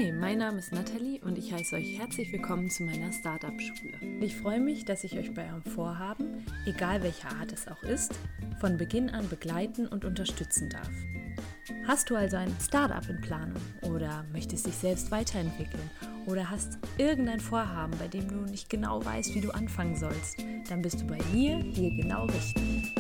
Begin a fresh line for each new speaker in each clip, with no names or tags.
Hi, mein Name ist Nathalie und ich heiße euch herzlich willkommen zu meiner Startup-Schule. Ich freue mich, dass ich euch bei eurem Vorhaben, egal welcher Art es auch ist, von Beginn an begleiten und unterstützen darf. Hast du also ein Startup in Planung oder möchtest dich selbst weiterentwickeln oder hast irgendein Vorhaben, bei dem du nicht genau weißt, wie du anfangen sollst, dann bist du bei mir hier genau richtig.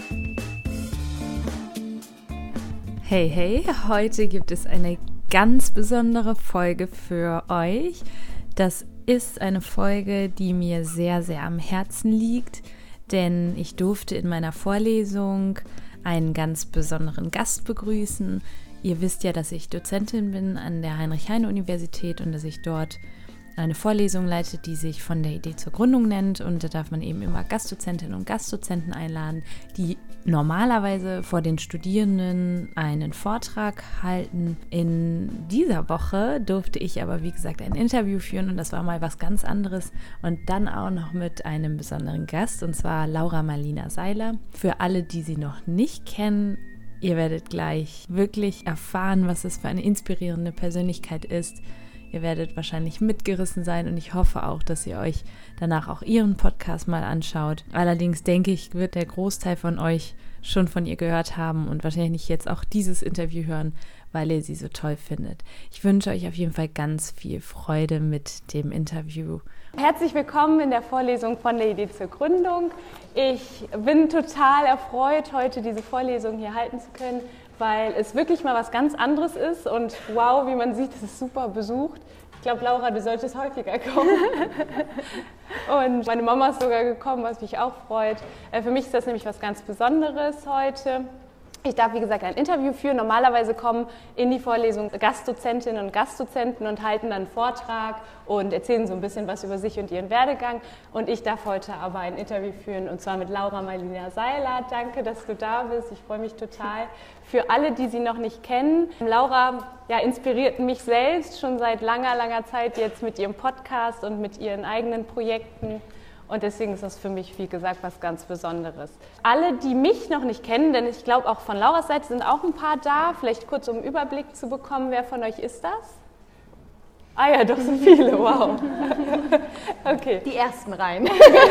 Hey, heute gibt es eine ganz besondere Folge für euch. Das ist eine Folge, die mir sehr, sehr am Herzen liegt, denn ich durfte in meiner Vorlesung einen ganz besonderen Gast begrüßen. Ihr wisst ja, dass ich Dozentin bin an der Heinrich-Heine-Universität und dass ich dort eine Vorlesung leite, die sich von der Idee zur Gründung nennt, und da darf man eben immer Gastdozentinnen und Gastdozenten einladen, die normalerweise vor den Studierenden einen Vortrag halten. In dieser Woche durfte ich aber, wie gesagt, ein Interview führen und das war mal was ganz anderes und dann auch noch mit einem besonderen Gast, und zwar Laura Marlina Seiler. Für alle, die sie noch nicht kennen, ihr werdet gleich wirklich erfahren, was es für eine inspirierende Persönlichkeit ist. Ihr werdet wahrscheinlich mitgerissen sein und ich hoffe auch, dass ihr euch danach auch ihren Podcast mal anschaut. Allerdings denke ich, wird der Großteil von euch schon von ihr gehört haben und wahrscheinlich jetzt auch dieses Interview hören, weil ihr sie so toll findet. Ich wünsche euch auf jeden Fall ganz viel Freude mit dem Interview.
Herzlich willkommen in der Vorlesung von der Idee zur Gründung. Ich bin total erfreut, heute diese Vorlesung hier halten zu können, weil es wirklich mal was ganz anderes ist und wow, wie man sieht, es ist super besucht. Ich glaube, Laura, du solltest häufiger kommen. Und meine Mama ist sogar gekommen, was mich auch freut. Für mich ist das nämlich was ganz Besonderes heute. Ich darf, wie gesagt, ein Interview führen. Normalerweise kommen in die Vorlesung Gastdozentinnen und Gastdozenten und halten dann einen Vortrag und erzählen so ein bisschen was über sich und ihren Werdegang. Und ich darf heute aber ein Interview führen, und zwar mit Laura Marlina Seiler. Danke, dass du da bist. Ich freue mich total. Für alle, die sie noch nicht kennen, Laura inspiriert mich selbst schon seit langer Zeit jetzt mit ihrem Podcast und mit ihren eigenen Projekten. Und deswegen ist das für mich, wie gesagt, was ganz Besonderes. Alle, die mich noch nicht kennen, denn ich glaube auch von Lauras Seite sind auch ein paar da, vielleicht kurz um einen Überblick zu bekommen, wer von euch ist das? Ah ja, doch, sind viele, wow. Okay.
Die ersten Reihen.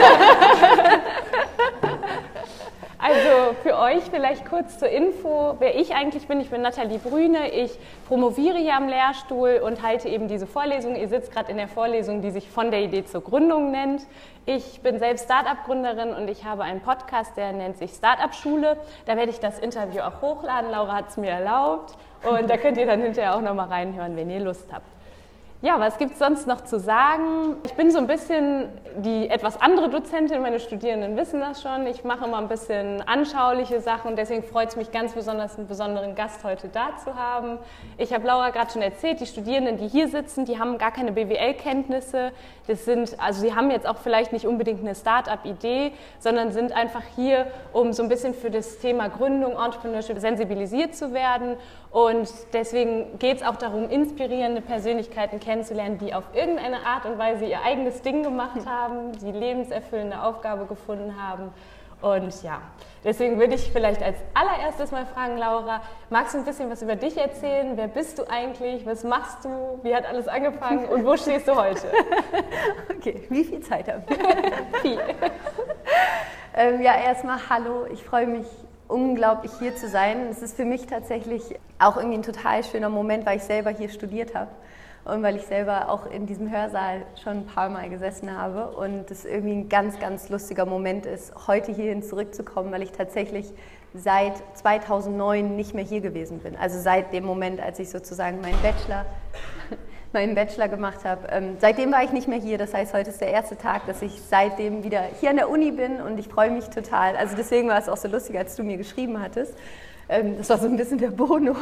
Also für euch vielleicht kurz zur Info, wer ich eigentlich bin. Ich bin Nathalie Brüne, ich promoviere hier am Lehrstuhl und halte eben diese Vorlesung. Ihr sitzt gerade in der Vorlesung, die sich von der Idee zur Gründung nennt. Ich bin selbst Startup-Gründerin und ich habe einen Podcast, der nennt sich Startup-Schule. Da werde ich das Interview auch hochladen, Laura hat es mir erlaubt, und da könnt ihr dann hinterher auch nochmal reinhören, wenn ihr Lust habt. Ja, was gibt es sonst noch zu sagen? Ich bin so ein bisschen die etwas andere Dozentin, meine Studierenden wissen das schon. Ich mache immer ein bisschen anschauliche Sachen, deswegen freut es mich ganz besonders, einen besonderen Gast heute da zu haben. Ich habe Laura gerade schon erzählt, die Studierenden, die hier sitzen, die haben gar keine BWL-Kenntnisse. Sie haben jetzt auch vielleicht nicht unbedingt eine Start-up-Idee, sondern sind einfach hier, um so ein bisschen für das Thema Gründung, Entrepreneurship sensibilisiert zu werden. Und deswegen geht es auch darum, inspirierende Persönlichkeiten kennenzulernen, die auf irgendeine Art und Weise ihr eigenes Ding gemacht haben, die lebenserfüllende Aufgabe gefunden haben. Und ja, deswegen würde ich vielleicht als allererstes mal fragen, Laura, magst du ein bisschen was über dich erzählen? Wer bist du eigentlich? Was machst du? Wie hat alles angefangen? Und wo stehst du heute?
Okay, wie viel Zeit haben wir?
Viel.
Erstmal hallo, ich freue mich unglaublich hier zu sein. Es ist für mich tatsächlich auch irgendwie ein total schöner Moment, weil ich selber hier studiert habe und weil ich selber auch in diesem Hörsaal schon ein paar Mal gesessen habe und es irgendwie ein ganz lustiger Moment ist, heute hierhin zurückzukommen, weil ich tatsächlich seit 2009 nicht mehr hier gewesen bin. Also seit dem Moment, als ich sozusagen meinen Bachelor gemacht habe. Seitdem war ich nicht mehr hier, das heißt, heute ist der erste Tag, dass ich seitdem wieder hier an der Uni bin und ich freue mich total. Also deswegen war es auch so lustig, als du mir geschrieben hattest. Das war so ein bisschen der Bonus.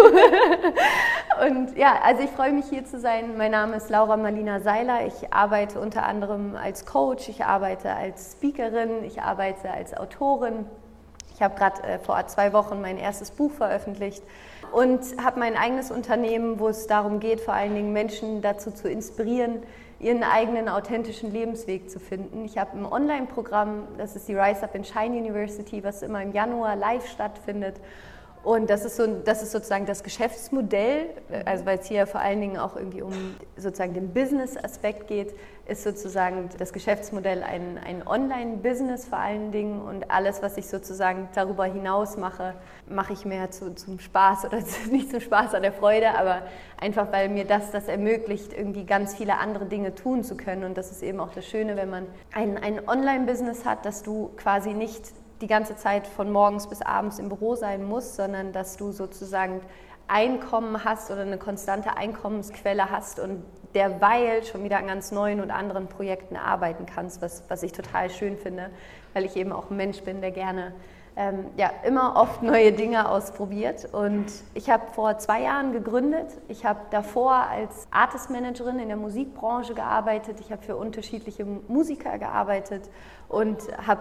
Und ja, also ich freue mich hier zu sein. Mein Name ist Laura Marlina Seiler. Ich arbeite unter anderem als Coach, ich arbeite als Speakerin, ich arbeite als Autorin. Ich habe gerade vor 2 Wochen mein erstes Buch veröffentlicht und habe mein eigenes Unternehmen, wo es darum geht, vor allen Dingen Menschen dazu zu inspirieren, ihren eigenen authentischen Lebensweg zu finden. Ich habe ein Online-Programm, das ist die Rise Up and Shine University, was immer im Januar live stattfindet. Und das ist sozusagen das Geschäftsmodell, also weil es hier vor allen Dingen auch irgendwie um sozusagen den Business-Aspekt geht, ist sozusagen das Geschäftsmodell ein Online-Business vor allen Dingen, und alles, was ich sozusagen darüber hinaus mache, mache ich mehr zum Spaß oder nicht zum Spaß an der Freude, aber einfach, weil mir das ermöglicht, irgendwie ganz viele andere Dinge tun zu können. Und das ist eben auch das Schöne, wenn man ein Online-Business hat, dass du quasi nicht die ganze Zeit von morgens bis abends im Büro sein musst, sondern dass du sozusagen Einkommen hast oder eine konstante Einkommensquelle hast und derweil schon wieder an ganz neuen und anderen Projekten arbeiten kannst, was ich total schön finde, weil ich eben auch ein Mensch bin, der gerne immer oft neue Dinge ausprobiert. Und ich habe vor 2 Jahren gegründet. Ich habe davor als Artist-Managerin in der Musikbranche gearbeitet. Ich habe für unterschiedliche Musiker gearbeitet und habe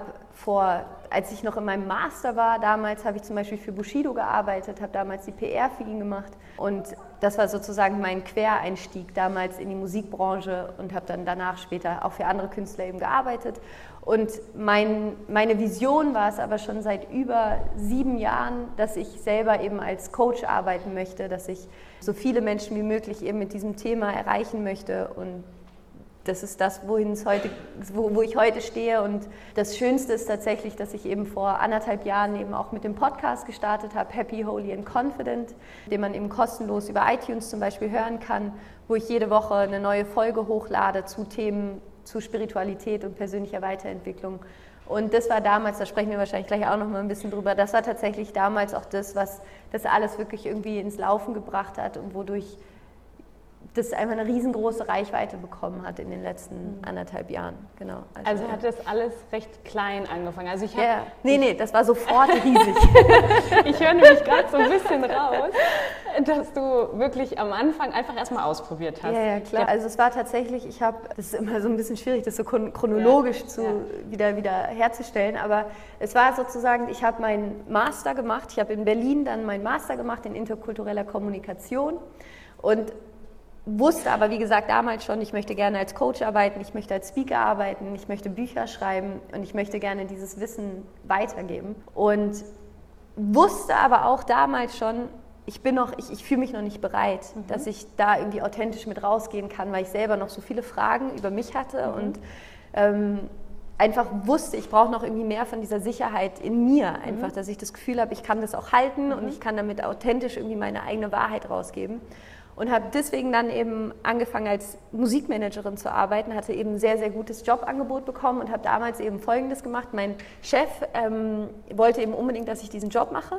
als ich noch in meinem Master war, damals habe ich zum Beispiel für Bushido gearbeitet, habe damals die PR für ihn gemacht. Und das war sozusagen mein Quereinstieg damals in die Musikbranche, und habe dann danach später auch für andere Künstler eben gearbeitet. Und meine Vision war es aber schon seit über 7 Jahren, dass ich selber eben als Coach arbeiten möchte, dass ich so viele Menschen wie möglich eben mit diesem Thema erreichen möchte. Und das ist das, wo ich heute stehe. Und das Schönste ist tatsächlich, dass ich eben vor 1,5 Jahren eben auch mit dem Podcast gestartet habe, Happy, Holy and Confident, den man eben kostenlos über iTunes zum Beispiel hören kann, wo ich jede Woche eine neue Folge hochlade zu Themen, zu Spiritualität und persönlicher Weiterentwicklung. Und das war damals, da sprechen wir wahrscheinlich gleich auch noch mal ein bisschen drüber, das war tatsächlich damals auch das, was das alles wirklich irgendwie ins Laufen gebracht hat und wodurch das einfach eine riesengroße Reichweite bekommen hat in den letzten 1,5 Jahren. Genau.
Also hat das alles recht klein angefangen. Also
Nee, das war sofort riesig.
Ich höre nämlich gerade so ein bisschen raus, dass du wirklich am Anfang einfach erstmal ausprobiert hast.
Ja, klar. Also es war tatsächlich, das ist immer so ein bisschen schwierig, das so chronologisch wieder herzustellen, aber es war sozusagen, ich habe meinen Master gemacht, ich habe in Berlin dann meinen Master gemacht in interkultureller Kommunikation und wusste aber, wie gesagt, damals schon, ich möchte gerne als Coach arbeiten, ich möchte als Speaker arbeiten, ich möchte Bücher schreiben und ich möchte gerne dieses Wissen weitergeben. Und wusste aber auch damals schon, ich fühle mich noch nicht bereit, dass ich da irgendwie authentisch mit rausgehen kann, weil ich selber noch so viele Fragen über mich hatte und einfach wusste, ich brauche noch irgendwie mehr von dieser Sicherheit in mir, einfach, dass ich das Gefühl habe, ich kann das auch halten und ich kann damit authentisch irgendwie meine eigene Wahrheit rausgeben. Und habe deswegen dann eben angefangen als Musikmanagerin zu arbeiten, hatte eben ein sehr, sehr gutes Jobangebot bekommen und habe damals eben Folgendes gemacht. Mein Chef wollte eben unbedingt, dass ich diesen Job mache.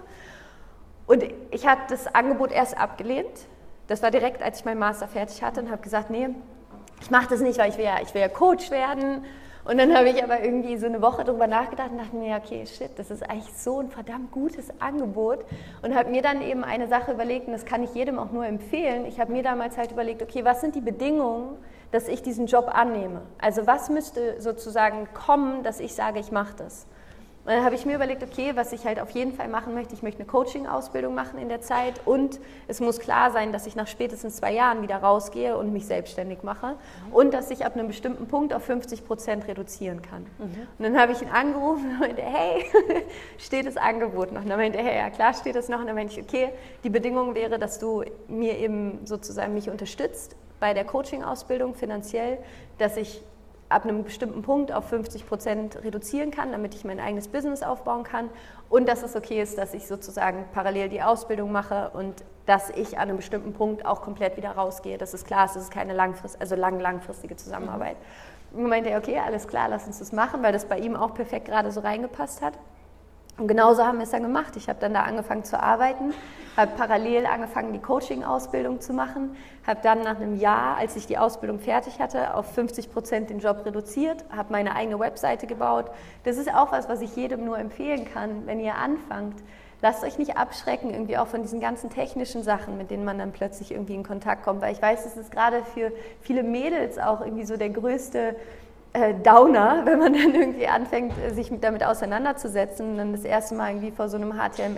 Und ich habe das Angebot erst abgelehnt. Das war direkt, als ich meinen Master fertig hatte, und habe gesagt, nee, ich mache das nicht, weil ich will ja Coach werden. Und dann habe ich aber irgendwie so eine Woche drüber nachgedacht und dachte mir, okay, shit, das ist eigentlich so ein verdammt gutes Angebot. Und habe mir dann eben eine Sache überlegt, und das kann ich jedem auch nur empfehlen. Ich habe mir damals halt überlegt, okay, was sind die Bedingungen, dass ich diesen Job annehme? Also was müsste sozusagen kommen, dass ich sage, ich mache das? Und dann habe ich mir überlegt, okay, was ich halt auf jeden Fall machen möchte, ich möchte eine Coaching-Ausbildung machen in der Zeit, und es muss klar sein, dass ich nach spätestens 2 Jahren wieder rausgehe und mich selbstständig mache und dass ich ab einem bestimmten Punkt auf 50% reduzieren kann. Und dann habe ich ihn angerufen und meinte, hey, steht das Angebot noch? Und dann meinte er, hey, ja klar steht das noch. Und dann meinte ich, okay, die Bedingung wäre, dass du mir eben sozusagen mich unterstützt bei der Coaching-Ausbildung finanziell, dass ich ab einem bestimmten Punkt auf 50% reduzieren kann, damit ich mein eigenes Business aufbauen kann, und dass es okay ist, dass ich sozusagen parallel die Ausbildung mache und dass ich an einem bestimmten Punkt auch komplett wieder rausgehe. Das ist klar, es ist keine langfristige Zusammenarbeit. Und dann meinte er, okay, alles klar, lass uns das machen, weil das bei ihm auch perfekt gerade so reingepasst hat. Und genauso haben wir es dann gemacht. Ich habe dann da angefangen zu arbeiten, habe parallel angefangen, die Coaching-Ausbildung zu machen, habe dann nach einem Jahr, als ich die Ausbildung fertig hatte, auf 50% den Job reduziert, habe meine eigene Webseite gebaut. Das ist auch was ich jedem nur empfehlen kann, wenn ihr anfangt. Lasst euch nicht abschrecken, irgendwie auch von diesen ganzen technischen Sachen, mit denen man dann plötzlich irgendwie in Kontakt kommt, weil ich weiß, es ist gerade für viele Mädels auch irgendwie so der größte Downer, wenn man dann irgendwie anfängt, sich damit auseinanderzusetzen und dann das erste Mal irgendwie vor so einem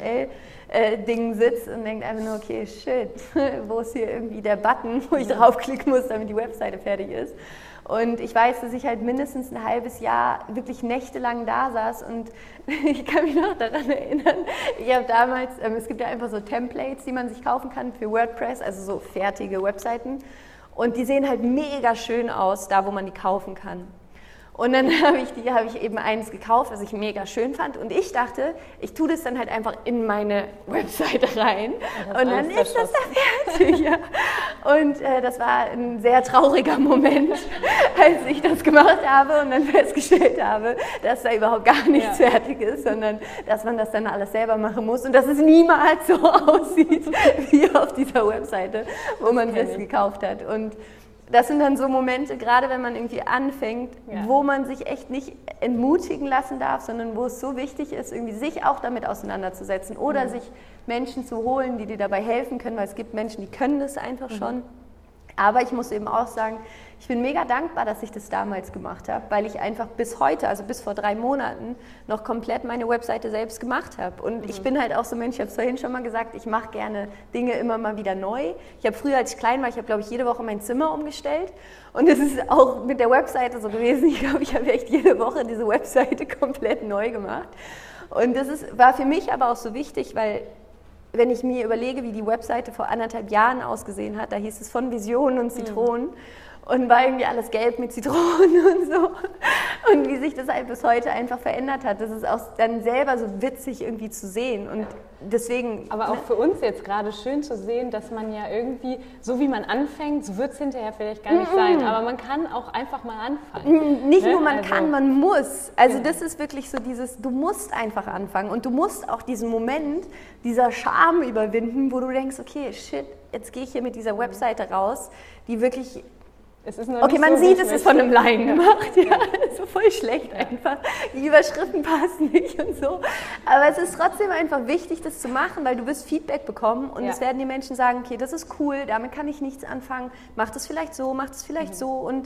HTML-Ding sitzt und denkt einfach nur, okay, shit, wo ist hier irgendwie der Button, wo ich draufklicken muss, damit die Webseite fertig ist. Und ich weiß, dass ich halt mindestens ein halbes Jahr wirklich nächtelang da saß und ich kann mich noch daran erinnern, ich habe damals, es gibt ja einfach so Templates, die man sich kaufen kann für WordPress, also so fertige Webseiten und die sehen halt mega schön aus, da wo man die kaufen kann. Und dann habe ich eben eins gekauft, was ich mega schön fand. Und ich dachte, ich tue das dann halt einfach in meine Webseite rein. Und dann ist das da fertig. Ja. Und das war ein sehr trauriger Moment, als ich das gemacht habe und dann festgestellt habe, dass da überhaupt gar nichts fertig ist, sondern dass man das dann alles selber machen muss und dass es niemals so aussieht wie auf dieser Webseite, wo man das gekauft hat. Und das sind dann so Momente, gerade wenn man irgendwie anfängt, wo man sich echt nicht entmutigen lassen darf, sondern wo es so wichtig ist, irgendwie sich auch damit auseinanderzusetzen oder sich Menschen zu holen, die dir dabei helfen können, weil es gibt Menschen, die können das einfach schon. Aber ich muss eben auch sagen, ich bin mega dankbar, dass ich das damals gemacht habe, weil ich einfach bis heute, also bis vor 3 Monaten, noch komplett meine Webseite selbst gemacht habe. Und ich bin halt auch so ein Mensch, ich habe es vorhin schon mal gesagt, ich mache gerne Dinge immer mal wieder neu. Ich habe früher, als ich klein war, ich habe, glaube ich, jede Woche mein Zimmer umgestellt. Und es ist auch mit der Webseite so gewesen. Ich glaube, ich habe echt jede Woche diese Webseite komplett neu gemacht. Und das war für mich aber auch so wichtig, weil wenn ich mir überlege, wie die Webseite vor 1,5 Jahren ausgesehen hat, da hieß es von Visionen und Zitronen und war irgendwie alles gelb mit Zitronen und so. Und wie sich das halt bis heute einfach verändert hat, das ist auch dann selber so witzig irgendwie zu sehen. Und deswegen.
Aber auch für uns jetzt gerade schön zu sehen, dass man ja irgendwie, so wie man anfängt, so wird es hinterher vielleicht gar nicht sein. Aber man kann auch einfach mal anfangen.
Nicht nur man kann, man muss. Also das ist wirklich so dieses, du musst einfach anfangen. Und du musst auch diesen Moment, dieser Scham überwinden, wo du denkst, okay, shit, jetzt gehe ich hier mit dieser Webseite raus, die wirklich.
Es ist noch
okay,
nicht
man
so,
sieht, es ist von einem Laien gemacht,
ja.
So voll schlecht einfach. Die Überschriften passen nicht und so. Aber es ist trotzdem einfach wichtig, das zu machen, weil du wirst Feedback bekommen und es werden die Menschen sagen, okay, das ist cool, damit kann ich nichts anfangen, mach das vielleicht so, mach das vielleicht so und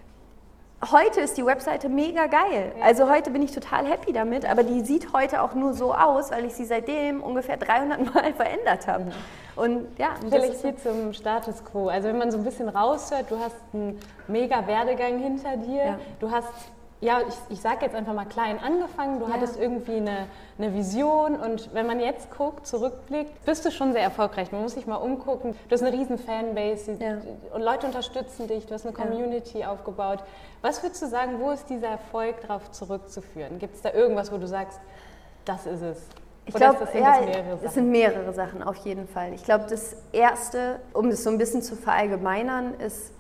heute ist die Webseite mega geil. Also heute bin ich total happy damit, aber die sieht heute auch nur so aus, weil ich sie seitdem ungefähr 300 Mal verändert habe. Und ja,
vielleicht hier zum Status Quo. Also wenn man so ein bisschen raushört, du hast einen mega Werdegang hinter dir. Ja. Du hast, ich sage jetzt einfach mal klein angefangen. Du hattest irgendwie eine Vision und wenn man jetzt guckt, zurückblickt, bist du schon sehr erfolgreich. Man muss sich mal umgucken. Du hast eine riesen Fanbase und Leute unterstützen dich. Du hast eine Community aufgebaut. Was würdest du sagen, wo ist dieser Erfolg darauf zurückzuführen? Gibt es da irgendwas, wo du sagst, das ist es?
Ich glaube, es sind mehrere Sachen auf jeden Fall. Ich glaube, das Erste, um das so ein bisschen zu verallgemeinern, ist,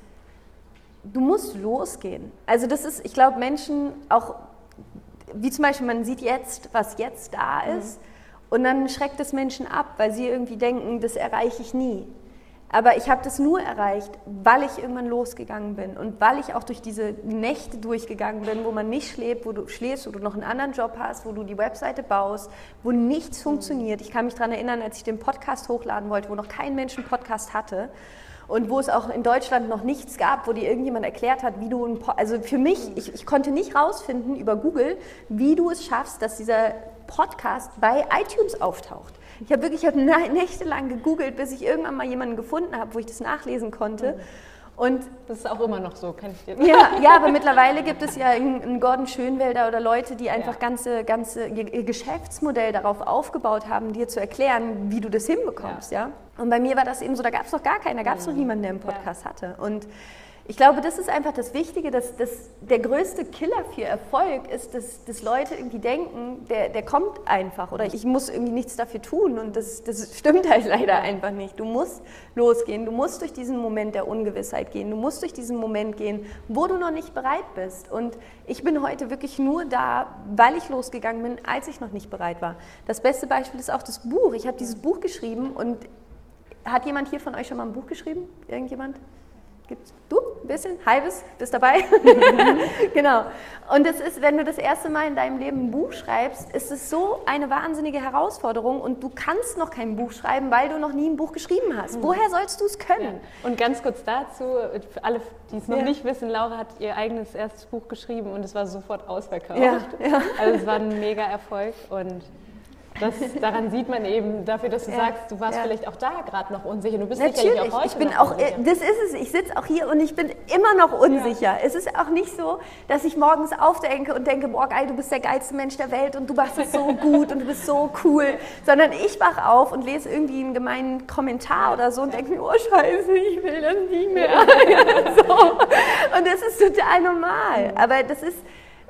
du musst losgehen. Also das ist, ich glaube, Menschen auch, wie zum Beispiel, man sieht jetzt, was jetzt da ist und dann schreckt es Menschen ab, weil sie irgendwie denken, das erreiche ich nie. Aber ich habe das nur erreicht, weil ich irgendwann losgegangen bin und weil ich auch durch diese Nächte durchgegangen bin, wo man nicht schläft, wo du noch einen anderen Job hast, wo du die Webseite baust, wo nichts funktioniert. Ich kann mich daran erinnern, als ich den Podcast hochladen wollte, wo noch kein Mensch einen Podcast hatte und wo es auch in Deutschland noch nichts gab, wo dir irgendjemand erklärt hat, wie du also für mich, ich konnte nicht rausfinden über Google, wie du es schaffst, dass dieser Podcast bei iTunes auftaucht. Ich habe nächtelang gegoogelt, bis ich irgendwann mal jemanden gefunden habe, wo ich das nachlesen konnte. Und
das ist auch immer noch so, kann ich dir
sagen. Ja, aber mittlerweile gibt es ja einen Gordon Schönwelder oder Leute, die einfach ihr Geschäftsmodell darauf aufgebaut haben, dir zu erklären, wie du das hinbekommst. Ja. Und bei mir war das eben so, da gab es noch gar keinen, da gab es noch niemanden, der einen Podcast hatte. Und ich glaube, das ist einfach das Wichtige, dass der größte Killer für Erfolg ist, dass Leute irgendwie denken, der kommt einfach oder ich muss irgendwie nichts dafür tun und das stimmt halt leider einfach nicht. Du musst losgehen, du musst durch diesen Moment der Ungewissheit gehen, du musst durch diesen Moment gehen, wo du noch nicht bereit bist. Und ich bin heute wirklich nur da, weil ich losgegangen bin, als ich noch nicht bereit war. Das beste Beispiel ist auch das Buch. Ich habe dieses Buch geschrieben und hat jemand hier von euch schon mal ein Buch geschrieben? Irgendjemand? Gibt's? Du? bisschen, halbes, bist dabei? Genau. Und es ist, wenn du das erste Mal in deinem Leben ein Buch schreibst, ist es so eine wahnsinnige Herausforderung und du kannst noch kein Buch schreiben, weil du noch nie ein Buch geschrieben hast. Woher sollst du es können?
Ja. Und ganz kurz dazu, für alle, die es noch nicht wissen, Laura hat ihr eigenes erstes Buch geschrieben und es war sofort ausverkauft.
Ja.
Also es war ein mega Erfolg und daran sieht man eben, dafür, dass du sagst, du warst vielleicht auch da gerade noch unsicher. Du bist sicherlich auch heute
ich bin
noch
auch,
unsicher.
das ist es, ich sitze auch hier und ich bin immer noch unsicher. Ja. Es ist auch nicht so, dass ich morgens aufdenke und denke, boah geil, du bist der geilste Mensch der Welt und du machst es so gut und du bist so cool, sondern ich wach auf und lese irgendwie einen gemeinen Kommentar oder so und denke mir, oh scheiße, ich will das nicht mehr. So. Und das ist total normal, aber das ist...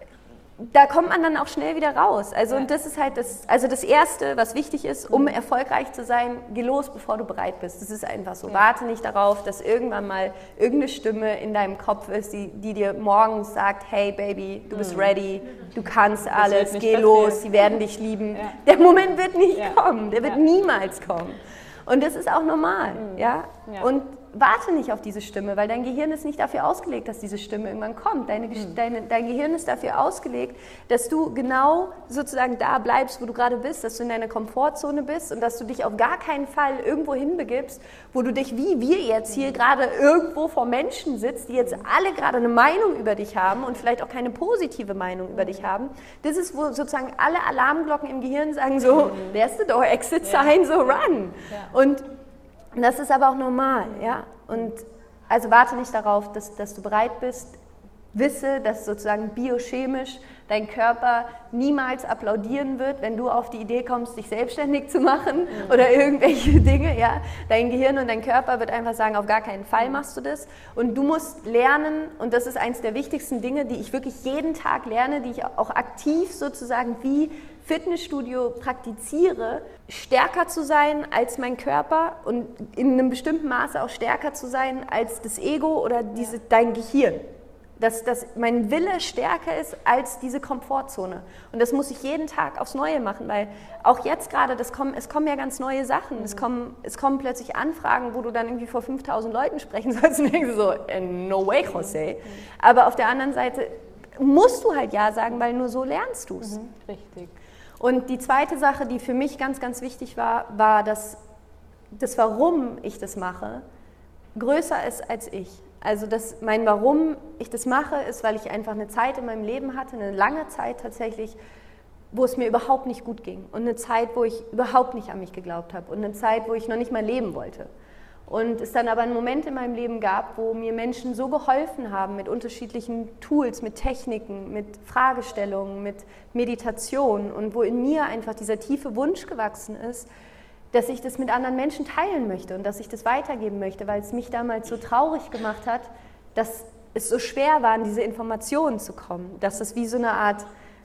Da kommt man dann auch schnell wieder raus. Also und das ist halt das Erste, was wichtig ist, um erfolgreich zu sein, geh los, bevor du bereit bist. Das ist einfach so. Warte nicht darauf, dass irgendwann mal irgendeine Stimme in deinem Kopf ist, die dir morgens sagt, hey Baby, du bist ready, du kannst alles, geh los, sie werden dich lieben. Ja. Der Moment wird nicht kommen, der wird niemals kommen. Und das ist auch normal. Ja? Und warte nicht auf diese Stimme, weil dein Gehirn ist nicht dafür ausgelegt, dass diese Stimme irgendwann kommt. Dein Gehirn ist dafür ausgelegt, dass du genau sozusagen da bleibst, wo du gerade bist, dass du in deiner Komfortzone bist und dass du dich auf gar keinen Fall irgendwo hinbegibst, wo du dich, wie wir jetzt hier gerade irgendwo vor Menschen sitzt, die jetzt alle gerade eine Meinung über dich haben und vielleicht auch keine positive Meinung über dich haben. Das ist, wo sozusagen alle Alarmglocken im Gehirn sagen so, there's the door, exit sign, so run. Und das ist aber auch normal, ja. Und also warte nicht darauf, dass du bereit bist. Wisse, dass sozusagen biochemisch dein Körper niemals applaudieren wird, wenn du auf die Idee kommst, dich selbstständig zu machen oder irgendwelche Dinge. Ja. Dein Gehirn und dein Körper wird einfach sagen, auf gar keinen Fall machst du das. Und du musst lernen, und das ist eines der wichtigsten Dinge, die ich wirklich jeden Tag lerne, die ich auch aktiv sozusagen wie Fitnessstudio praktiziere, stärker zu sein als mein Körper und in einem bestimmten Maße auch stärker zu sein als das Ego oder dein Gehirn. Dass mein Wille stärker ist als diese Komfortzone. Und das muss ich jeden Tag aufs Neue machen, weil auch jetzt gerade, es kommen ja ganz neue Sachen. Es kommen plötzlich Anfragen, wo du dann irgendwie vor 5000 Leuten sprechen sollst und denkst so, no way, José. Aber auf der anderen Seite musst du halt ja sagen, weil nur so lernst du es.
Richtig.
Und die zweite Sache, die für mich ganz, ganz wichtig war, dass das Warum ich das mache, größer ist als ich. Also mein Warum ich das mache, ist, weil ich einfach eine Zeit in meinem Leben hatte, eine lange Zeit tatsächlich, wo es mir überhaupt nicht gut ging. Und eine Zeit, wo ich überhaupt nicht an mich geglaubt habe. Und eine Zeit, wo ich noch nicht mal leben wollte. Und es dann aber einen Moment in meinem Leben gab, wo mir Menschen so geholfen haben mit unterschiedlichen Tools, mit Techniken, mit Fragestellungen, mit Meditation und wo in mir einfach dieser tiefe Wunsch gewachsen ist, dass ich das mit anderen Menschen teilen möchte und dass ich das weitergeben möchte, weil es mich damals so traurig gemacht hat, dass es so schwer war, an diese Informationen zu kommen, dass es wie so eine Art,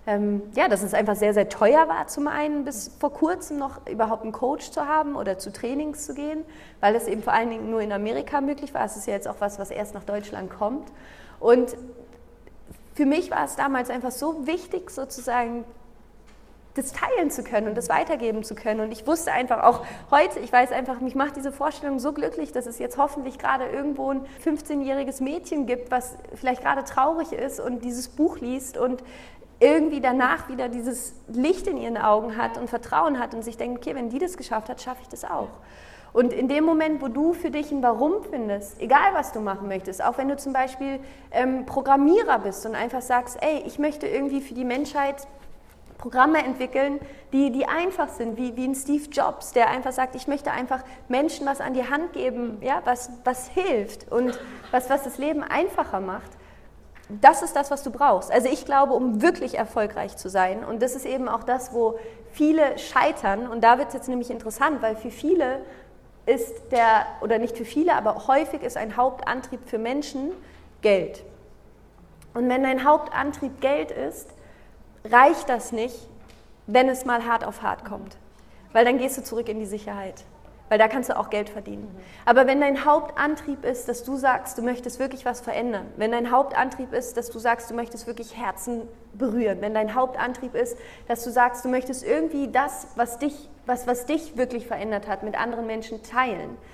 dass es einfach sehr, sehr teuer war zum einen, bis vor kurzem noch überhaupt einen Coach zu haben oder zu Trainings zu gehen, weil es eben vor allen Dingen nur in Amerika möglich war. Es ist ja jetzt auch was erst nach Deutschland kommt. Und für mich war es damals einfach so wichtig, sozusagen das teilen zu können und das weitergeben zu können. Und ich wusste einfach auch heute, ich weiß einfach, mich macht diese Vorstellung so glücklich, dass es jetzt hoffentlich gerade irgendwo ein 15-jähriges Mädchen gibt, was vielleicht gerade traurig ist und dieses Buch liest und irgendwie danach wieder dieses Licht in ihren Augen hat und Vertrauen hat und sich denkt, okay, wenn die das geschafft hat, schaffe ich das auch. Und in dem Moment, wo du für dich ein Warum findest, egal was du machen möchtest, auch wenn du zum Beispiel Programmierer bist und einfach sagst, ey, ich möchte irgendwie für die Menschheit Programme entwickeln, die einfach sind, wie ein Steve Jobs, der einfach sagt, ich möchte einfach Menschen was an die Hand geben, ja, was hilft und was das Leben einfacher macht. Das ist das, was du brauchst. Also ich glaube, um wirklich erfolgreich zu sein, und das ist eben auch das, wo viele scheitern, und da wird es jetzt nämlich interessant, weil für viele ist oder nicht für viele, aber häufig ist ein Hauptantrieb für Menschen Geld. Und wenn dein Hauptantrieb Geld ist, reicht das nicht, wenn es mal hart auf hart kommt. Weil dann gehst du zurück in die Sicherheit. Weil da kannst du auch Geld verdienen. Aber wenn dein Hauptantrieb ist, dass du sagst, du möchtest wirklich was verändern, wenn dein Hauptantrieb ist, dass du sagst, du möchtest wirklich Herzen berühren, wenn dein Hauptantrieb ist, dass du sagst, du möchtest irgendwie das, was dich wirklich verändert hat, mit anderen Menschen teilen,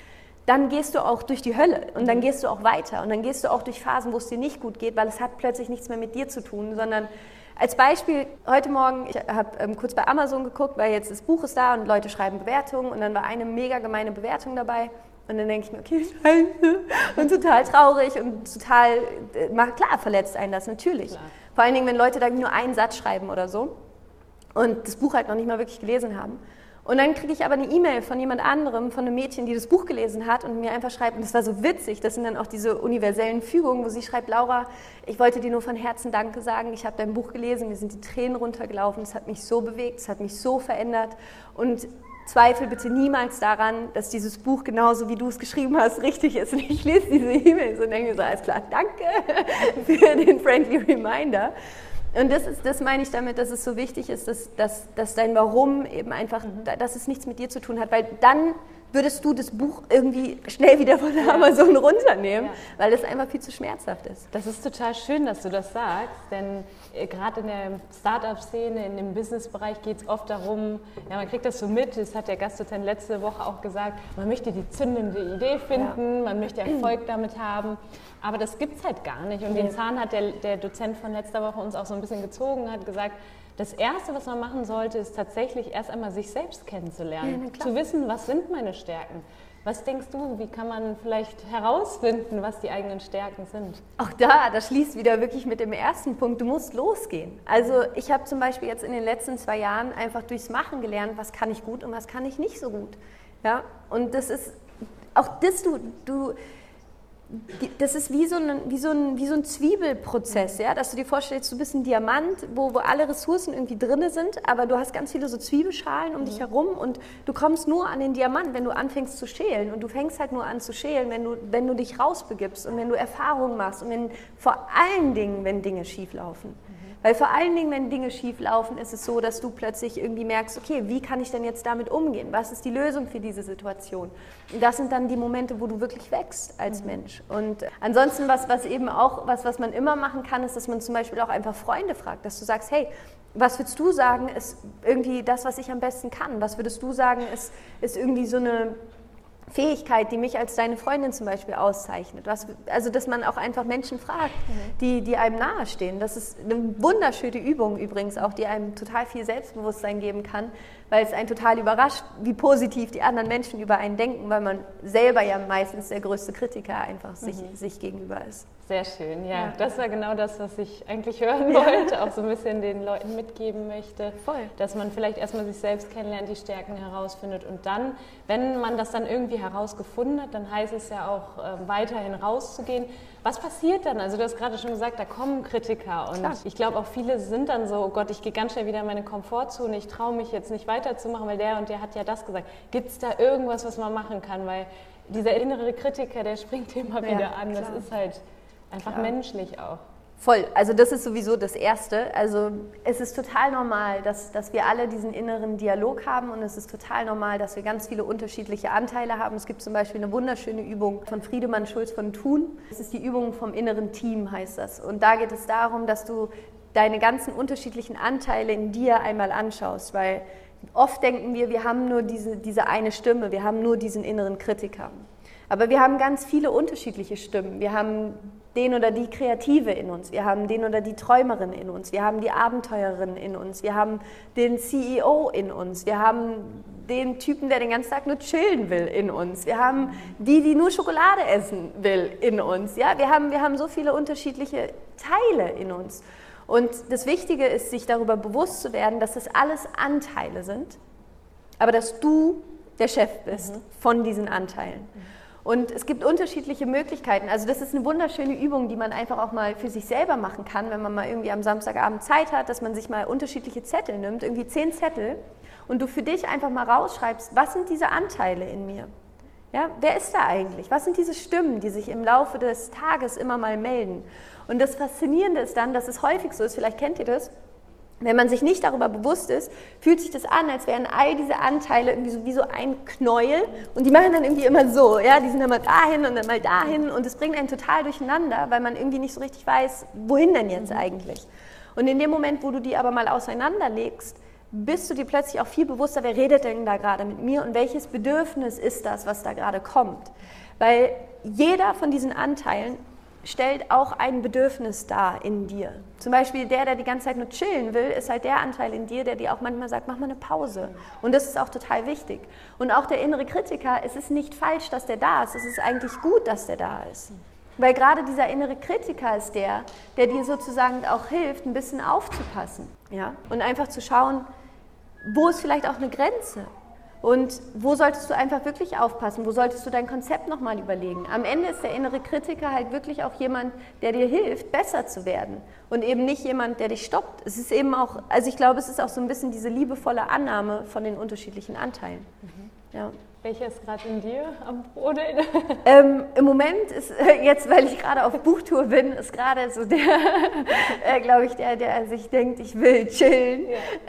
dann gehst du auch durch die Hölle und dann gehst du auch weiter und dann gehst du auch durch Phasen, wo es dir nicht gut geht, weil es hat plötzlich nichts mehr mit dir zu tun, sondern als Beispiel, heute Morgen, ich habe kurz bei Amazon geguckt, weil jetzt das Buch ist da und Leute schreiben Bewertungen und dann war eine mega gemeine Bewertung dabei und dann denke ich mir, okay, scheiße und total traurig und total, klar verletzt einen das natürlich. Klar. Vor allen Dingen, wenn Leute da nur einen Satz schreiben oder so und das Buch halt noch nicht mal wirklich gelesen haben. Und dann kriege ich aber eine E-Mail von jemand anderem, von einem Mädchen, die das Buch gelesen hat und mir einfach schreibt, und das war so witzig, das sind dann auch diese universellen Fügungen, wo sie schreibt, Laura, ich wollte dir nur von Herzen Danke sagen, ich habe dein Buch gelesen, mir sind die Tränen runtergelaufen, es hat mich so bewegt, es hat mich so verändert und zweifel bitte niemals daran, dass dieses Buch genauso wie du es geschrieben hast, richtig ist. Und ich lese diese E-Mails und denke mir so, alles klar, danke für den friendly reminder. Und das meine ich damit, dass es so wichtig ist, dass dein Warum eben einfach, dass es nichts mit dir zu tun hat, weil dann würdest du das Buch irgendwie schnell wieder von Amazon runternehmen, weil das einfach viel zu schmerzhaft ist.
Das ist total schön, dass du das sagst, denn gerade in der Start-up-Szene, in dem Business-Bereich geht es oft darum, ja, man kriegt das so mit, das hat der Gastdozent letzte Woche auch gesagt, man möchte die zündende Idee finden, man möchte Erfolg damit haben, aber das gibt es halt gar nicht. Und den Zahn hat der Dozent von letzter Woche uns auch so ein bisschen gezogen, hat gesagt, das Erste, was man machen sollte, ist tatsächlich erst einmal sich selbst kennenzulernen, zu wissen, was sind meine Stärken. Was denkst du, wie kann man vielleicht herausfinden, was die eigenen Stärken sind?
Auch das schließt wieder wirklich mit dem ersten Punkt, du musst losgehen. Also ich habe zum Beispiel jetzt in den letzten 2 Jahren einfach durchs Machen gelernt, was kann ich gut und was kann ich nicht so gut. Ja? Und das ist, auch das, das ist wie so ein Zwiebelprozess, ja? Dass du dir vorstellst, du bist ein Diamant, wo alle Ressourcen irgendwie drin sind, aber du hast ganz viele so Zwiebelschalen um dich herum und du kommst nur an den Diamant, wenn du anfängst zu schälen. Und du fängst halt nur an zu schälen, wenn du dich rausbegibst und wenn du Erfahrungen machst und vor allen Dingen, wenn Dinge schief laufen. Weil vor allen Dingen, wenn Dinge schief laufen, ist es so, dass du plötzlich irgendwie merkst, okay, wie kann ich denn jetzt damit umgehen? Was ist die Lösung für diese Situation? Und das sind dann die Momente, wo du wirklich wächst als Mensch. Und ansonsten, was eben auch, was man immer machen kann, ist, dass man zum Beispiel auch einfach Freunde fragt, dass du sagst, hey, was würdest du sagen, ist irgendwie das, was ich am besten kann? Was würdest du sagen, ist irgendwie so eine Fähigkeit, die mich als deine Freundin zum Beispiel auszeichnet. Also, dass man auch einfach Menschen fragt, die einem nahestehen. Das ist eine wunderschöne Übung übrigens auch, die einem total viel Selbstbewusstsein geben kann, weil es einen total überrascht, wie positiv die anderen Menschen über einen denken, weil man selber ja meistens der größte Kritiker einfach sich gegenüber ist.
Sehr schön, ja. Das war genau das, was ich eigentlich hören wollte, auch so ein bisschen den Leuten mitgeben möchte.
Voll.
Dass man vielleicht erstmal sich selbst kennenlernt, die Stärken herausfindet und dann, wenn man das dann irgendwie herausgefunden hat, dann heißt es ja auch, weiterhin rauszugehen. Was passiert dann? Also du hast gerade schon gesagt, da kommen Kritiker und ich glaube auch viele sind dann so, oh Gott, ich gehe ganz schnell wieder in meine Komfortzone, ich traue mich jetzt nicht weiterzumachen, weil der und der hat ja das gesagt. Gibt es da irgendwas, was man machen kann? Weil dieser innere Kritiker, der springt immer wieder an, das ist halt einfach menschlich auch.
Voll, also das ist sowieso das Erste. Also es ist total normal, dass wir alle diesen inneren Dialog haben und es ist total normal, dass wir ganz viele unterschiedliche Anteile haben. Es gibt zum Beispiel eine wunderschöne Übung von Friedemann Schulz von Thun. Das ist die Übung vom inneren Team, heißt das. Und da geht es darum, dass du deine ganzen unterschiedlichen Anteile in dir einmal anschaust, weil oft denken wir haben nur diese eine Stimme, wir haben nur diesen inneren Kritiker. Aber wir haben ganz viele unterschiedliche Stimmen. Wir haben den oder die Kreative in uns, wir haben den oder die Träumerin in uns, wir haben die Abenteurerin in uns, wir haben den CEO in uns, wir haben den Typen, der den ganzen Tag nur chillen will in uns, wir haben die nur Schokolade essen will in uns. Ja? Wir haben so viele unterschiedliche Teile in uns. Und das Wichtige ist, sich darüber bewusst zu werden, dass das alles Anteile sind, aber dass du der Chef bist von diesen Anteilen. Und es gibt unterschiedliche Möglichkeiten. Also das ist eine wunderschöne Übung, die man einfach auch mal für sich selber machen kann, wenn man mal irgendwie am Samstagabend Zeit hat, dass man sich mal unterschiedliche Zettel nimmt, irgendwie 10 Zettel, und du für dich einfach mal rausschreibst, was sind diese Anteile in mir? Ja, wer ist da eigentlich? Was sind diese Stimmen, die sich im Laufe des Tages immer mal melden? Und das Faszinierende ist dann, dass es häufig so ist, vielleicht kennt ihr das, wenn man sich nicht darüber bewusst ist, fühlt sich das an, als wären all diese Anteile irgendwie so wie so ein Knäuel und die machen dann irgendwie immer so, ja, die sind dann mal dahin und dann mal dahin und es bringt einen total durcheinander, weil man irgendwie nicht so richtig weiß, wohin denn jetzt eigentlich. Und in dem Moment, wo du die aber mal auseinanderlegst, bist du dir plötzlich auch viel bewusster, wer redet denn da gerade mit mir und welches Bedürfnis ist das, was da gerade kommt. Weil jeder von diesen Anteilen stellt auch ein Bedürfnis dar in dir. Zum Beispiel der die ganze Zeit nur chillen will, ist halt der Anteil in dir, der dir auch manchmal sagt, mach mal eine Pause. Und das ist auch total wichtig. Und auch der innere Kritiker, es ist nicht falsch, dass der da ist. Es ist eigentlich gut, dass der da ist. Weil gerade dieser innere Kritiker ist der dir sozusagen auch hilft, ein bisschen aufzupassen. Ja? Und einfach zu schauen, wo ist vielleicht auch eine Grenze? Und wo solltest du einfach wirklich aufpassen? Wo solltest du dein Konzept nochmal überlegen? Am Ende ist der innere Kritiker halt wirklich auch jemand, der dir hilft, besser zu werden. Und eben nicht jemand, der dich stoppt. Es ist eben auch, also ich glaube, es ist auch so ein bisschen diese liebevolle Annahme von den unterschiedlichen Anteilen. Ja.
Welcher ist gerade in dir am Brodeln?
Im Moment ist jetzt, weil ich gerade auf Buchtour bin, ist gerade so der, glaube ich, der sich denkt, ich will chillen.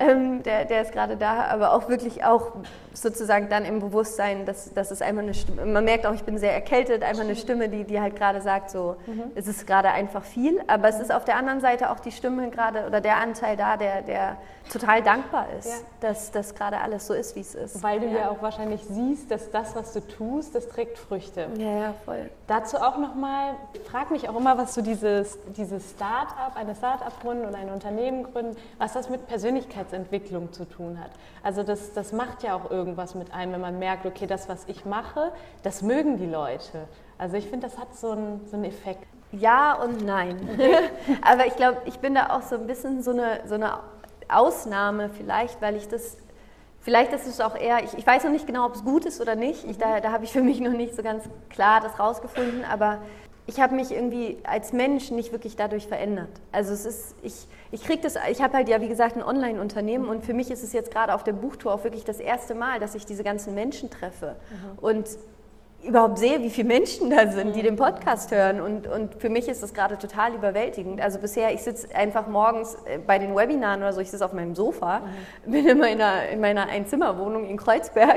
Ja. Der ist gerade da, aber auch wirklich auch sozusagen dann im Bewusstsein, dass es einfach eine Stimme, man merkt auch, ich bin sehr erkältet, einfach eine Stimme, die halt gerade sagt, so, es ist gerade einfach viel, aber es ist auf der anderen Seite auch die Stimme gerade oder der Anteil da, der total dankbar ist, ja, dass das gerade alles so ist, wie es ist.
Weil du ja auch wahrscheinlich siehst, dass das, was du tust, das trägt Früchte.
Ja, voll.
Dazu auch nochmal, ich frage mich auch immer, was so dieses Start-up, eine Start-up gründen oder ein Unternehmen gründen, was das mit Persönlichkeitsentwicklung zu tun hat. Also das macht ja auch irgendwas mit einem, wenn man merkt, okay, das, was ich mache, das mögen die Leute. Also ich finde, das hat so einen Effekt.
Ja und nein. Aber ich glaube, ich bin da auch so ein bisschen so eine Ausnahme vielleicht, weil ich das, vielleicht ist es auch eher, ich weiß noch nicht genau, ob es gut ist oder nicht, da habe ich für mich noch nicht so ganz klar das rausgefunden, aber ich habe mich irgendwie als Mensch nicht wirklich dadurch verändert. Also es ist, ich habe halt ja wie gesagt ein Online-Unternehmen und für mich ist es jetzt gerade auf der Buchtour auch wirklich das erste Mal, dass ich diese ganzen Menschen treffe und überhaupt sehe, wie viele Menschen da sind, die den Podcast hören und für mich ist das gerade total überwältigend. Also bisher, ich sitze einfach morgens bei den Webinaren oder so, ich sitze auf meinem Sofa, bin in meiner Einzimmerwohnung in Kreuzberg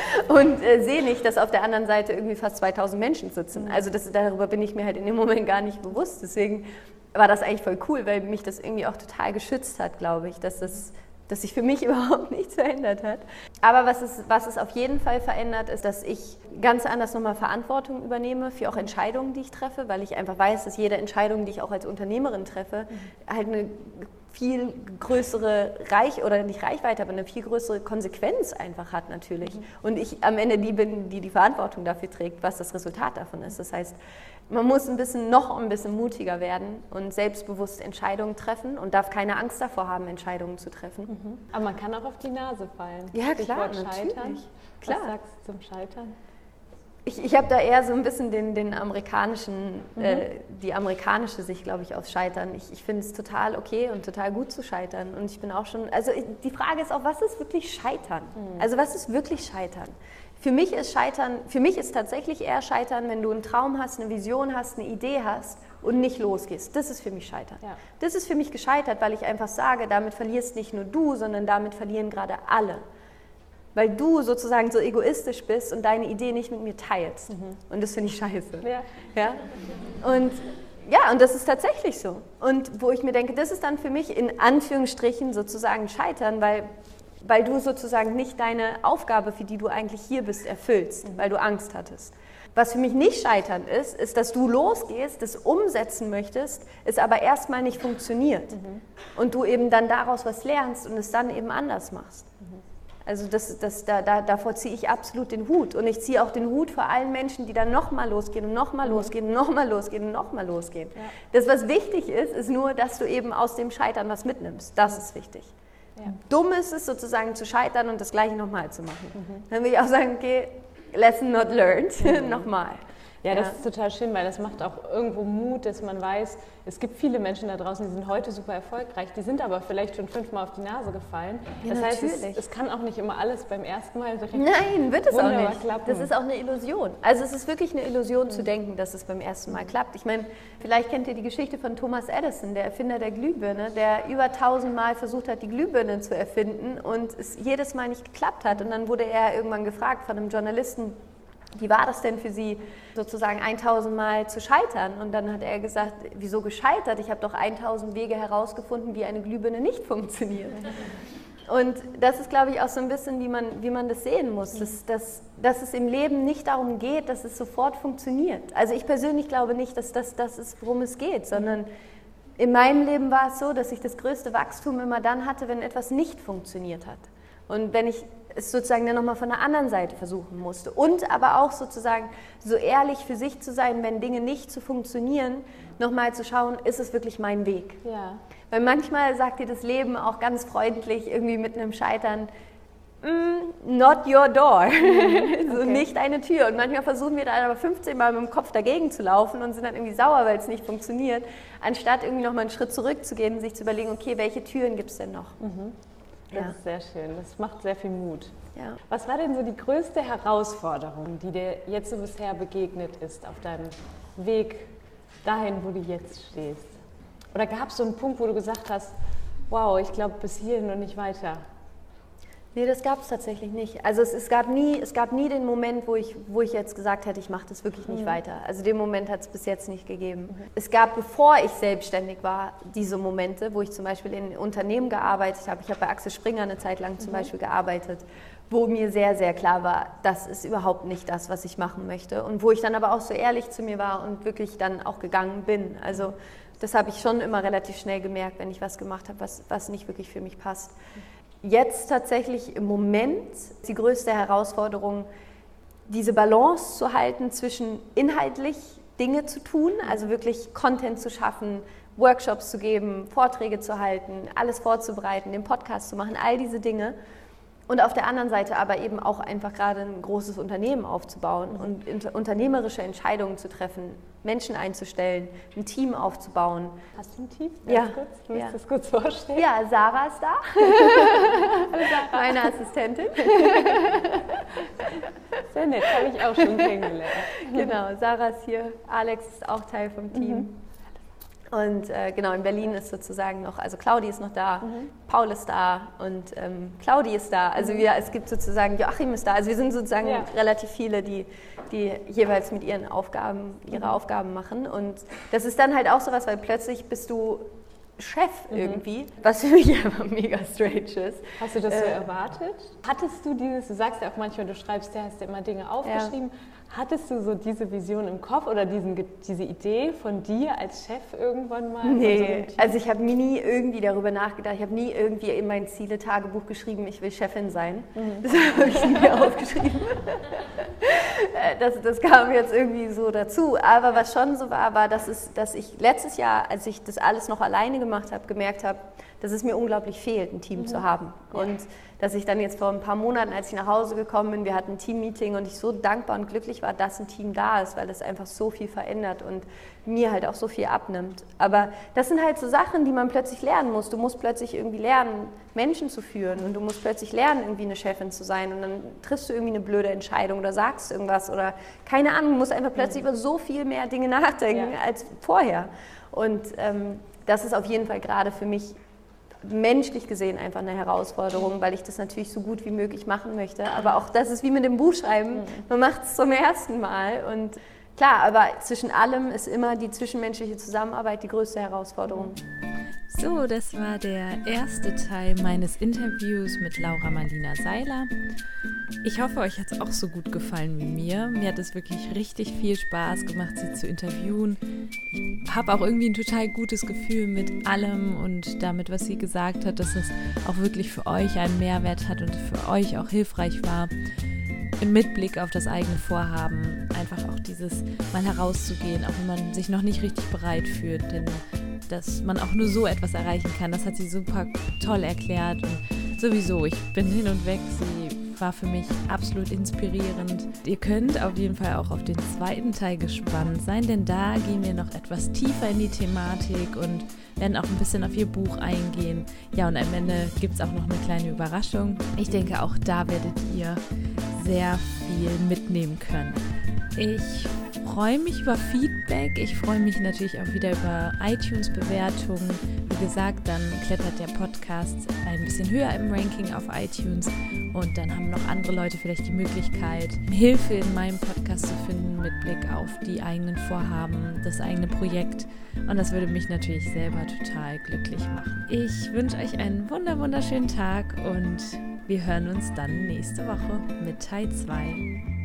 und sehe nicht, dass auf der anderen Seite irgendwie fast 2000 Menschen sitzen. Also darüber bin ich mir halt in dem Moment gar nicht bewusst. Deswegen war das eigentlich voll cool, weil mich das irgendwie auch total geschützt hat, glaube ich, dass sich für mich überhaupt nichts verändert hat. Aber was es auf jeden Fall verändert, ist, dass ich ganz anders nochmal Verantwortung übernehme für auch Entscheidungen, die ich treffe, weil ich einfach weiß, dass jede Entscheidung, die ich auch als Unternehmerin treffe, halt eine viel größere nicht Reichweite, aber eine viel größere Konsequenz einfach hat natürlich. Und ich am Ende die bin, die Verantwortung dafür trägt, was das Resultat davon ist. Das heißt, man muss noch ein bisschen mutiger werden und selbstbewusst Entscheidungen treffen und darf keine Angst davor haben, Entscheidungen zu treffen.
Aber man kann auch auf die Nase fallen.
Ja, klar,
Scheitern.
natürlich. Klar.
Was sagst du zum Scheitern?
Ich habe da eher so ein bisschen den amerikanischen, die amerikanische Sicht, glaube ich, aufs Scheitern. Ich finde es total okay und total gut zu scheitern. Und ich bin auch schon, also die Frage ist auch, was ist wirklich Scheitern? Also was ist wirklich Scheitern? Für mich ist tatsächlich eher Scheitern, wenn du einen Traum hast, eine Vision hast, eine Idee hast und nicht losgehst. Das ist für mich Scheitern. Ja. Das ist für mich gescheitert, weil ich einfach sage, damit verlierst nicht nur du, sondern damit verlieren gerade alle. Weil du sozusagen so egoistisch bist und deine Idee nicht mit mir teilst. Und das finde ich scheiße. Ja? Und das ist tatsächlich so. Und wo ich mir denke, das ist dann für mich in Anführungsstrichen sozusagen Scheitern, weil du sozusagen nicht deine Aufgabe, für die du eigentlich hier bist, erfüllst, weil du Angst hattest. Was für mich nicht Scheitern ist, dass du losgehst, das umsetzen möchtest, es aber erstmal nicht funktioniert. Und du eben dann daraus was lernst und es dann eben anders machst. Also davor ziehe ich absolut den Hut. Und ich ziehe auch den Hut vor allen Menschen, die dann nochmal losgehen und nochmal losgehen und nochmal losgehen und nochmal losgehen. Ja. Das, was wichtig ist nur, dass du eben aus dem Scheitern was mitnimmst. Das ist wichtig. Ja. Dumm ist es sozusagen zu scheitern und das Gleiche nochmal zu machen. Dann will ich auch sagen, okay, lesson not learned, nochmal.
Ja, das ist total schön, weil das macht auch irgendwo Mut, dass man weiß, es gibt viele Menschen da draußen, die sind heute super erfolgreich, die sind aber vielleicht schon 5-mal auf die Nase gefallen. Ja, das heißt, es kann auch nicht immer alles beim ersten Mal direkt
wird es auch nicht.
Klappen.
Das ist auch eine Illusion. Also es ist wirklich eine Illusion zu denken, dass es beim ersten Mal klappt. Ich meine, vielleicht kennt ihr die Geschichte von Thomas Edison, der Erfinder der Glühbirne, der über 1000 Mal versucht hat, die Glühbirne zu erfinden und es jedes Mal nicht geklappt hat. Und dann wurde er irgendwann gefragt von einem Journalisten, wie war das denn für Sie, sozusagen 1000 Mal zu scheitern? Und dann hat er gesagt, wieso gescheitert? Ich habe doch 1000 Wege herausgefunden, wie eine Glühbirne nicht funktioniert. Und das ist, glaube ich, auch so ein bisschen, wie man das sehen muss, dass es im Leben nicht darum geht, dass es sofort funktioniert. Also ich persönlich glaube nicht, dass das ist, worum es geht, sondern in meinem Leben war es so, dass ich das größte Wachstum immer dann hatte, wenn etwas nicht funktioniert hat. Und wenn ich es sozusagen dann nochmal von der anderen Seite versuchen musste. Und aber auch sozusagen so ehrlich für sich zu sein, wenn Dinge nicht so funktionieren, nochmal zu schauen, ist es wirklich mein Weg?
Ja.
Weil manchmal sagt dir das Leben auch ganz freundlich irgendwie mit einem Scheitern, not your door, so nicht eine Tür. Und manchmal versuchen wir dann aber 15 Mal mit dem Kopf dagegen zu laufen und sind dann irgendwie sauer, weil es nicht funktioniert, anstatt irgendwie nochmal einen Schritt zurückzugehen und sich zu überlegen, okay, welche Türen gibt es denn noch?
Das ist sehr schön, das macht sehr viel Mut.
Ja.
Was war denn so die größte Herausforderung, die dir jetzt so bisher begegnet ist auf deinem Weg dahin, wo du jetzt stehst? Oder gab es so einen Punkt, wo du gesagt hast, wow, ich glaube bis hierhin und nicht weiter?
Nee, das gab es tatsächlich nicht. Also es gab nie den Moment, wo ich jetzt gesagt hätte, ich mache das wirklich nicht weiter. Also den Moment hat es bis jetzt nicht gegeben. Es gab, bevor ich selbstständig war, diese Momente, wo ich zum Beispiel in Unternehmen gearbeitet habe. Ich habe bei Axel Springer eine Zeit lang zum Beispiel gearbeitet, wo mir sehr, sehr klar war, das ist überhaupt nicht das, was ich machen möchte. Und wo ich dann aber auch so ehrlich zu mir war und wirklich dann auch gegangen bin. Also das habe ich schon immer relativ schnell gemerkt, wenn ich was gemacht habe, was nicht wirklich für mich passt. Jetzt tatsächlich im Moment die größte Herausforderung, diese Balance zu halten zwischen inhaltlich Dinge zu tun, also wirklich Content zu schaffen, Workshops zu geben, Vorträge zu halten, alles vorzubereiten, den Podcast zu machen, all diese Dinge. Und auf der anderen Seite aber eben auch einfach gerade ein großes Unternehmen aufzubauen und unternehmerische Entscheidungen zu treffen, Menschen einzustellen, ein Team aufzubauen.
Hast du ein Team?
Ja.
Du musst das kurz vorstellen.
Ja, Sarah ist da. Meine Assistentin.
Sehr nett, habe ich auch schon kennengelernt.
Genau, Sarah ist hier, Alex ist auch Teil vom Team. Und genau, in Berlin ist sozusagen noch, also Claudi ist noch da, Paul ist da und Claudi ist da. Also es gibt sozusagen, Joachim ist da. Also wir sind sozusagen relativ viele, die jeweils mit ihre Aufgaben machen. Und das ist dann halt auch sowas, weil plötzlich bist du Chef irgendwie, was für mich einfach mega strange ist.
Hast du das so erwartet? Hattest du du sagst ja auch manchmal, du schreibst, hast ja immer Dinge aufgeschrieben. Ja. Hattest du so diese Vision im Kopf oder diese Idee von dir als Chef irgendwann mal?
Nee, also ich habe nie irgendwie darüber nachgedacht. Ich habe nie irgendwie in mein Ziele-Tagebuch geschrieben, ich will Chefin sein. Das habe ich nie aufgeschrieben. Das kam jetzt irgendwie so dazu. Aber was schon so war, dass ich letztes Jahr, als ich das alles noch alleine gemacht habe, gemerkt habe, dass es mir unglaublich fehlt, ein Team zu haben. Und dass ich dann jetzt vor ein paar Monaten, als ich nach Hause gekommen bin, wir hatten ein Team-Meeting und ich so dankbar und glücklich war, dass ein Team da ist, weil das einfach so viel verändert und mir halt auch so viel abnimmt. Aber das sind halt so Sachen, die man plötzlich lernen muss. Du musst plötzlich irgendwie lernen, Menschen zu führen und du musst plötzlich lernen, irgendwie eine Chefin zu sein und dann triffst du irgendwie eine blöde Entscheidung oder sagst irgendwas oder keine Ahnung, du musst einfach plötzlich über so viel mehr Dinge nachdenken als vorher. Und das ist auf jeden Fall gerade für mich menschlich gesehen einfach eine Herausforderung, weil ich das natürlich so gut wie möglich machen möchte. Aber auch das ist wie mit dem Buchschreiben, man macht es zum ersten Mal. Und klar, aber zwischen allem ist immer die zwischenmenschliche Zusammenarbeit die größte Herausforderung.
So, das war der erste Teil meines Interviews mit Laura Marlina Seiler. Ich hoffe, euch hat es auch so gut gefallen wie mir. Mir hat es wirklich richtig viel Spaß gemacht, sie zu interviewen. Ich habe auch irgendwie ein total gutes Gefühl mit allem und damit, was sie gesagt hat, dass es auch wirklich für euch einen Mehrwert hat und für euch auch hilfreich war. Mit Blick auf das eigene Vorhaben, einfach auch dieses mal herauszugehen, auch wenn man sich noch nicht richtig bereit fühlt, denn dass man auch nur so etwas erreichen kann, das hat sie super toll erklärt und sowieso, ich bin hin und weg, sie war für mich absolut inspirierend. Ihr könnt auf jeden Fall auch auf den zweiten Teil gespannt sein, denn da gehen wir noch etwas tiefer in die Thematik und werden auch ein bisschen auf ihr Buch eingehen. Ja, und am Ende gibt es auch noch eine kleine Überraschung. Ich denke, auch da werdet ihr sehr viel mitnehmen können. Ich freue mich über Feedback. Ich freue mich natürlich auch wieder über iTunes-Bewertungen. Wie gesagt, dann klettert der Podcast ein bisschen höher im Ranking auf iTunes. Und dann haben noch andere Leute vielleicht die Möglichkeit, Hilfe in meinem Podcast zu finden mit Blick auf die eigenen Vorhaben, das eigene Projekt. Und das würde mich natürlich selber total glücklich machen. Ich wünsche euch einen wunderschönen Tag und wir hören uns dann nächste Woche mit Teil 2.